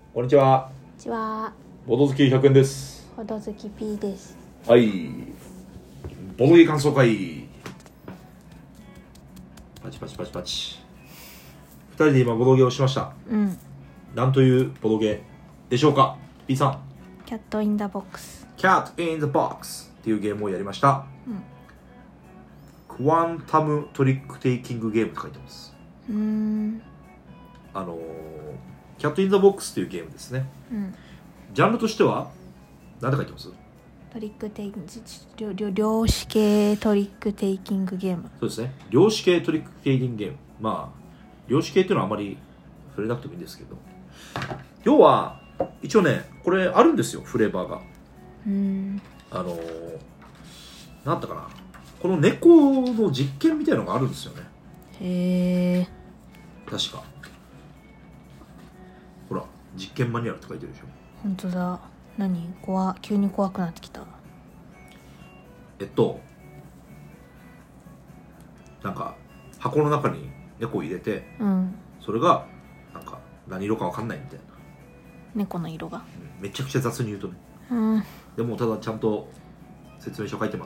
こんにちは。 こんにちは。 ボド好き100円です。 ほどずき P です。 はい。ボドゲ感想会。パチパチパチパチ。2人で今ボドゲをしました。なんというボドゲでしょうか P さん。 キャットインザボックス。 キャットインザボックスっていうゲームをやりました。クワンタムトリックテイキングゲームって書いてます。キャットインザボックスっていうゲームですね。ジャンルとしては何て書いてます？ トリックテイキング、量子系トリックテイキングゲーム。 そうですね。量子系トリックテイキングゲーム。まあ量子系っていうのはあまり触れなくてもいいんですけど、要は一応ねこれあるんですよ、フレーバーが。なんだかな、この猫の実験みたいなのがあるんですよね。 へえ。 確かほら実験マニュアルって書いてるでしょ。 本当だ。急に怖くなってきた。 なんか箱の中に猫を入れて、それがなんか何色かわかんないみたいな。 猫の色が、 めちゃくちゃ雑に言うとね。でもただちゃんと説明書書いてます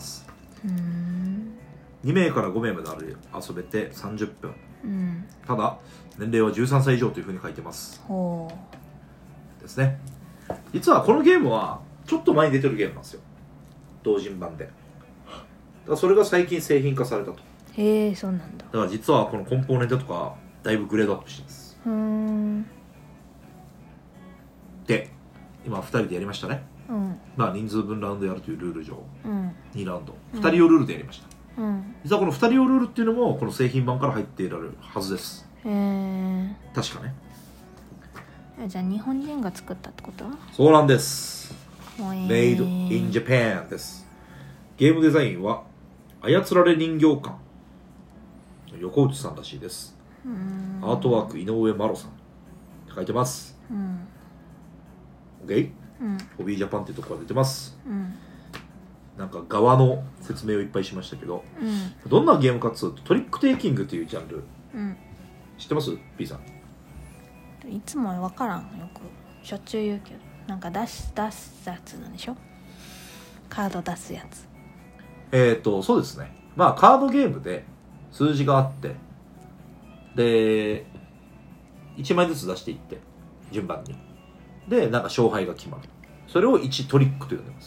。2名から5名まで遊べて30分、ただ年齢は13歳以上というふうに書いてますですね。実はこのゲームはちょっと前に出てるゲームなんですよ、同人版で。だからそれが最近製品化されたと。 へえ、そうなんだ。 だから実はこのコンポーネントとかだいぶグレードアップしてます。で今2人でやりましたね。まあ人数分ラウンドやるというルール上、2ラウンド2人用ルールでやりました。実はこの2人用ルールっていうのもこの製品版から入っていられるはずです。確かね。 じゃあ日本人が作ったってこと？ そうなんです。Made in Japan です。ゲームデザインは操られ人形館横内さんらしいです。アートワーク井上麻呂さんって書いてます。OK？ホビージャパンっていうところが出てます。なんか側の説明をいっぱいしましたけど、どんなゲームかっつうとトリックテイキングっていうジャンル、知ってます P さん？ いつも分からん。よくしょっちゅう言うけど、なんか出すやつなんでしょ、カード出すやつ。 そうですね。まあカードゲームで数字があって、で1枚ずつ出していって順番に、でなんか勝敗が決まる。それを1トリックと呼んでます。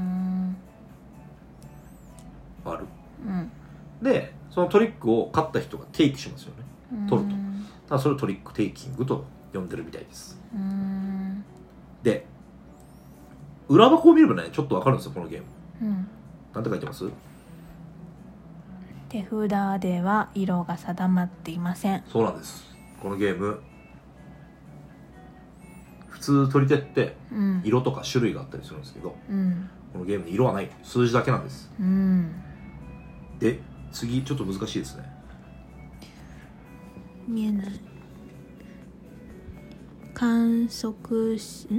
ある、でそのトリックを勝った人がテイクしますよね、取ると。ただそれをトリックテイキングと呼んでるみたいです。で裏箱を見ればねちょっと分かるんですよこのゲーム。なんて書いてます？ 手札では色が定まっていません。 そうなんです。このゲーム普通取り手って色とか種類があったりするんですけど、このゲームに色はない、数字だけなんです。で次ちょっと難しいですね。 見えない。観測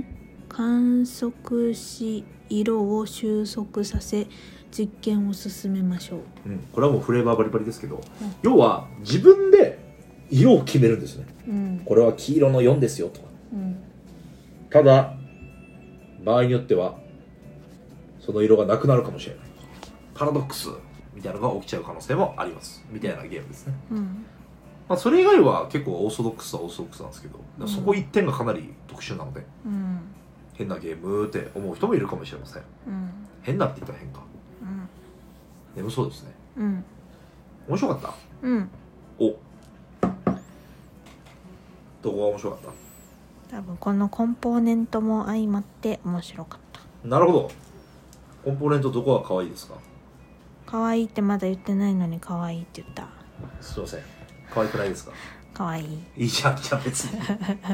し色を収束させ実験を進めましょう。 これはもうフレーバーバリバリですけど、要は自分で色を決めるんですね。これは黄色の4ですよとか。ただ場合によってはその色がなくなるかもしれない、パラドックスみたいなのが起きちゃう可能性もありますみたいなゲームですね。まあ、それ以外は結構オーソドックスはオーソドックスなんですけど、そこ1点がかなり特殊なので、変なゲームって思う人もいるかもしれません。変なって言ったら変か。眠そうですね。面白かった。お、どこが面白かった？ 多分このコンポーネントも相まって面白かった。 なるほど。コンポーネントどこが可愛いですか？ 可愛いってまだ言ってないのに可愛いって言った。 すいません、可愛くないですか？ 可愛い。 いいじゃん別に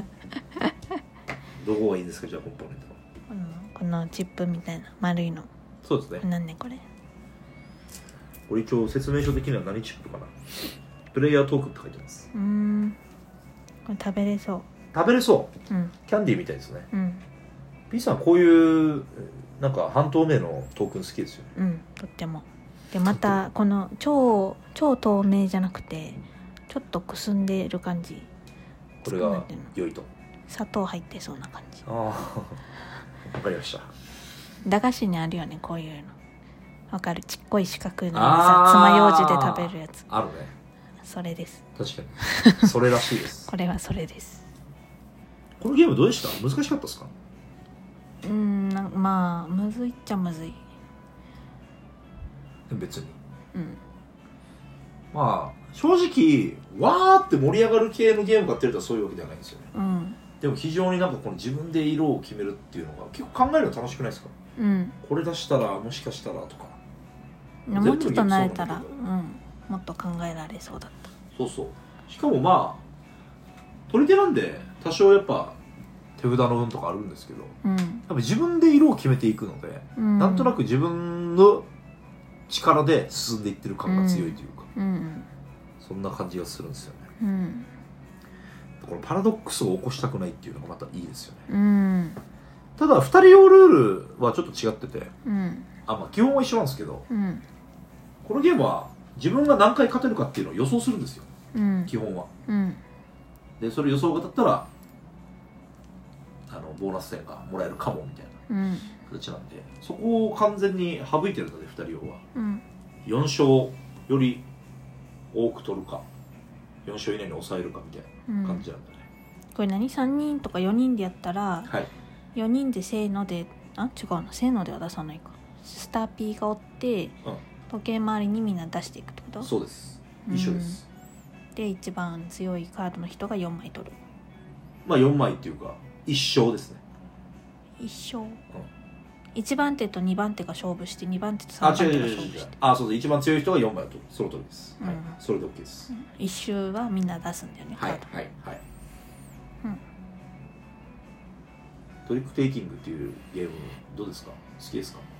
どこがいいんですか？じゃあコンポーネントはこのチップみたいな丸いの。 そうですね。 なんねこれ。 これ一応説明書的には何チップかな。プレイヤートークンって書いてます。 これ食べれそう。 食べれそう。キャンディーみたいですね。P さんこういうなんか半透明のトークン好きですよね。 とっても。でまたこの超透明じゃなくてちょっとくすんでる感じ。 これが良いと。 砂糖入ってそうな感じ。 ああわかりました。 駄菓子にあるよねこういうの。わかる？ちっこい四角のさ爪楊枝で食べるやつ。 あるね。 それです。 確かにそれらしいですこれはそれです。 このゲームどうでした？難しかったですか？ まあむずいっちゃむずい。 別にまあ正直わーって盛り上がる系のゲームかって言ったらそういうわけではないんですよね。でも非常になんかこの自分で色を決めるっていうのが結構考えるの楽しくないですか？これ出したらもしかしたらとか、 もうちょっと慣れたらもっと考えられそうだった。 そうそう。しかもまあ取り手なんで多少やっぱ手札の運とかあるんですけど、やっぱ自分で色を決めていくので、なんとなく自分の力で進んでいってる感が強いというか、そんな感じがするんですよね。このパラドックスを起こしたくないっていうのがまたいいですよね。ただ2人用ルールはちょっと違ってて、まあ基本は一緒なんですけど、このゲームは自分が何回勝てるかっていうのを予想するんですよ、基本は。でそれ予想が当たったらボーナス点がもらえるかもみたいな形なんで、そこを完全に省いてるので2人用は、4勝より多く取るか4勝以内に抑えるかみたいな感じなんだね。 これ何3人とか4人でやったら、 はい、 4人でせーので違うのせーのでは出さないか。スターピーがおって、時計回りにみんな出していくってこと？ そうです、一緒です。 で一番強いカードの人が4枚取る。 まあ4枚っていうか1勝ですね。 1勝、1番手と2番手が勝負して、2番手と3番手が勝負して、 そうです。一番強い人が4枚とその通りです、はい、それで OK です。 1周はみんな出すんだよね、カード。 はいはいはい。トリックテイキングっていうゲームどうですか？好きですか？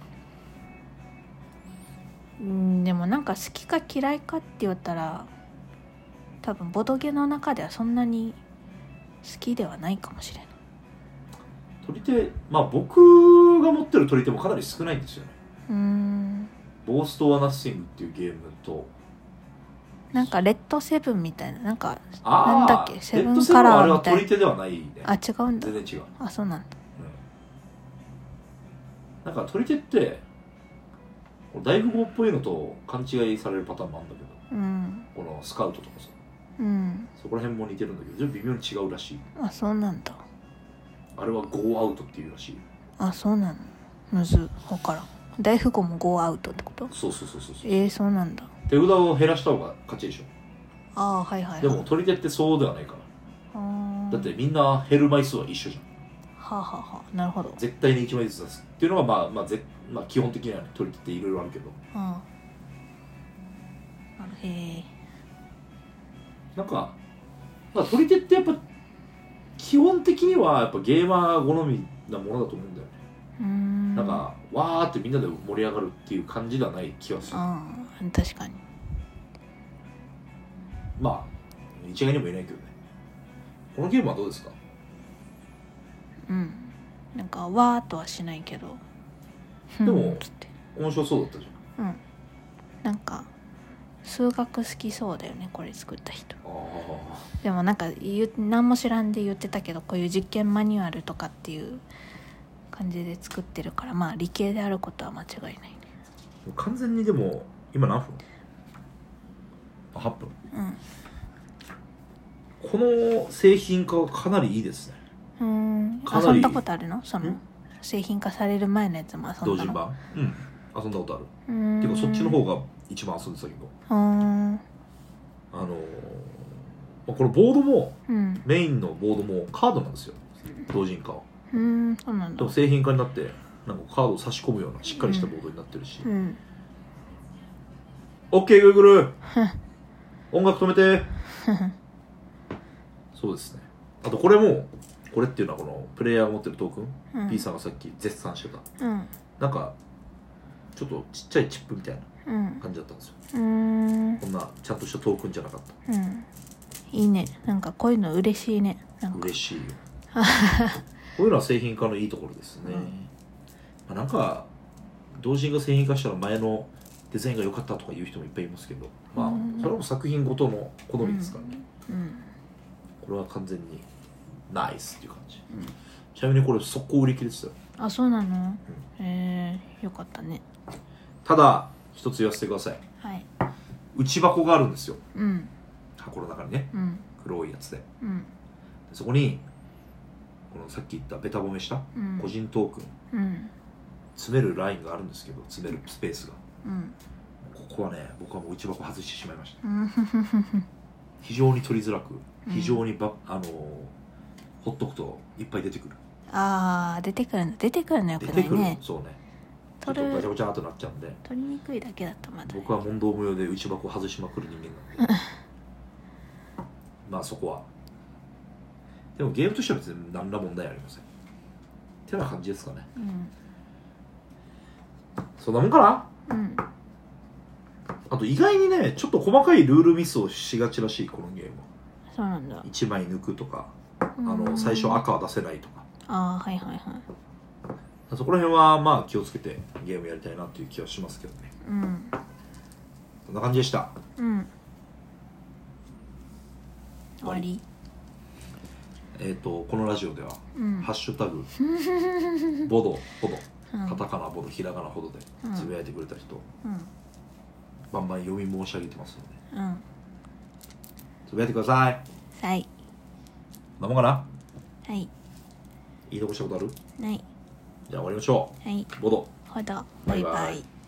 でもなんか好きか嫌いかって言ったら多分ボドゲの中ではそんなに好きではないかもしれない。 取り手、まあ僕が持ってる取り手もかなり少ないんですよね。ゴースト・ワ・ナッシングっていうゲームと、 なんかレッドセブンみたいな、なんかなんだっけ、セブンカラーみたいな。 あれは取り手ではないね。 違うんだ。 全然違う。 そうなんだ。 なんか取り手って大富豪っぽいのと勘違いされるパターンもあるんだけど、このスカウトとかさ、そこら辺も似てるんだけど全部微妙に違うらしい。 そうなんだ。 あれはゴーアウトっていうらしい。 そうなの？むずほからん。大富豪もゴーアウトってこと？ そうそうなんだ。 手札を減らした方が勝ちでしょ。 はいはい。 でも取り手ってそうではないから。だってみんな減る枚数は一緒じゃん。 なるほど。 絶対に1枚ずつ出すっていうのがまあ基本的にはね、取り手っていろいろあるけど、なんか、取り手ってやっぱ基本的にはやっぱゲーマー好みなものだと思うんだよね。なんかわーってみんなで盛り上がるっていう感じではない気がする。 確かに。 まあ一概にも言えないけどね。このゲームはどうですか？ なんかわーっとはしないけど、 でも面白そうだったじゃん。 なんか数学好きそうだよね、これ作った人。でもなんか何も知らんで言ってたけど、こういう実験マニュアルとかっていう感じで作ってるから、まあ理系であることは間違いないね。 完全に。でも今何分？8分。この製品化はかなりいいですね。遊んだことあるの？その製品化される前のやつも遊んだの？同人版？遊んだことある。てかそっちの方が一番遊んでたけど、このボードも、メインのボードもカードなんですよ、同人化は。 そうなんだ。 でも製品化になってなんかカードを差し込むようなしっかりしたボードになってるし、OK グーグル音楽止めてそうですね。あとこれっていうのはこのプレイヤーが持ってるトークン、P さんがさっき絶賛してた、なんかちょっとちっちゃいチップみたいな感じだったんですよ。こんなちゃんとしたトークンじゃなかった。 いいね。なんかこういうの嬉しいね。 嬉しいよこういうのは製品化のいいところですね。なんか同人が製品化したら前のデザインが良かったとか言う人もいっぱいいますけど、それも作品ごとの好みですからね。これは完全にナイスっていう感じ、ちなみにこれ速攻売り切れてたよ。 あ、そうなの、よかったね。 ただ一つ言わせてください。 はい。 内箱があるんですよ、箱の中にね、黒いやつで、そこにこのさっき言ったベタ褒めした個人トークン、詰めるラインがあるんですけど、詰めるスペースが、ここはね、僕はもう内箱外してしまいました、非常に取りづらく、非常にほっとくといっぱい出てくる。 ああ、出てくるのよくないね。 出てくる、そうね、ちょっとガチャガチャーとなっちゃうんで、 取りにくいだけだとまだ、ね、 僕は問答無用で内箱外しまくる人間なんでまあそこはでもゲームとしては別に何ら問題ありませんってな感じですかね。そんなもんかな。あと意外にね、ちょっと細かいルールミスをしがちらしい、このゲームは。 そうなんだ。 1枚抜くとか、最初赤は出せないとか。 ああ、はいはいはい。 そこら辺はまあ気をつけてゲームやりたいなっていう気はしますけどね。そんな感じでした。 終わり。 このラジオでは、ハッシュタグボドカタカナボドひらがなほどでつぶやいてくれた人、バンバン読み申し上げてますので、つぶやいてください。 はい。 なもんかな。 はい。 言い残したことある？ ない。 じゃあ終わりましょう。 はい。 ボド。 ほど。バイバイ。